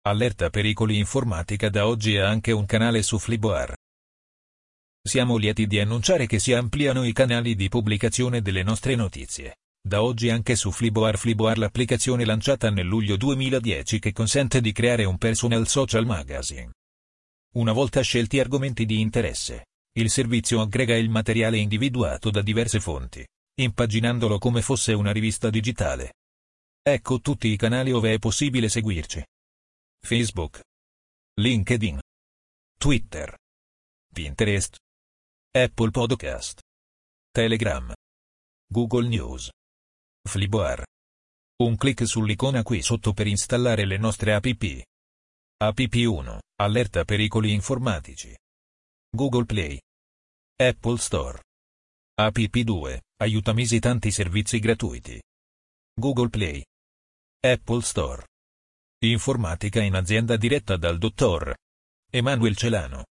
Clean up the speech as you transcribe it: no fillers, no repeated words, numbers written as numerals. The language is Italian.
Allerta pericoli informatica. Da oggi ha anche un canale su Fliboar. Siamo lieti di annunciare che si ampliano i canali di pubblicazione delle nostre notizie. Da oggi anche su Fliboar. Fliboar, l'applicazione lanciata nel luglio 2010 che consente di creare un personal social magazine. Una volta scelti argomenti di interesse, il servizio aggrega il materiale individuato da diverse fonti, impaginandolo come fosse una rivista digitale. Ecco tutti i canali ove è possibile seguirci: Facebook, LinkedIn, Twitter, Pinterest, Apple Podcast, Telegram, Google News. Fliboar. Un clic sull'icona qui sotto per installare le nostre app. App 1. Allerta pericoli informatici. Google Play. Apple Store. App 2. Aiutami, tanti servizi gratuiti. Google Play. Apple Store. Informatica in azienda diretta dal dottor Emanuel Celano.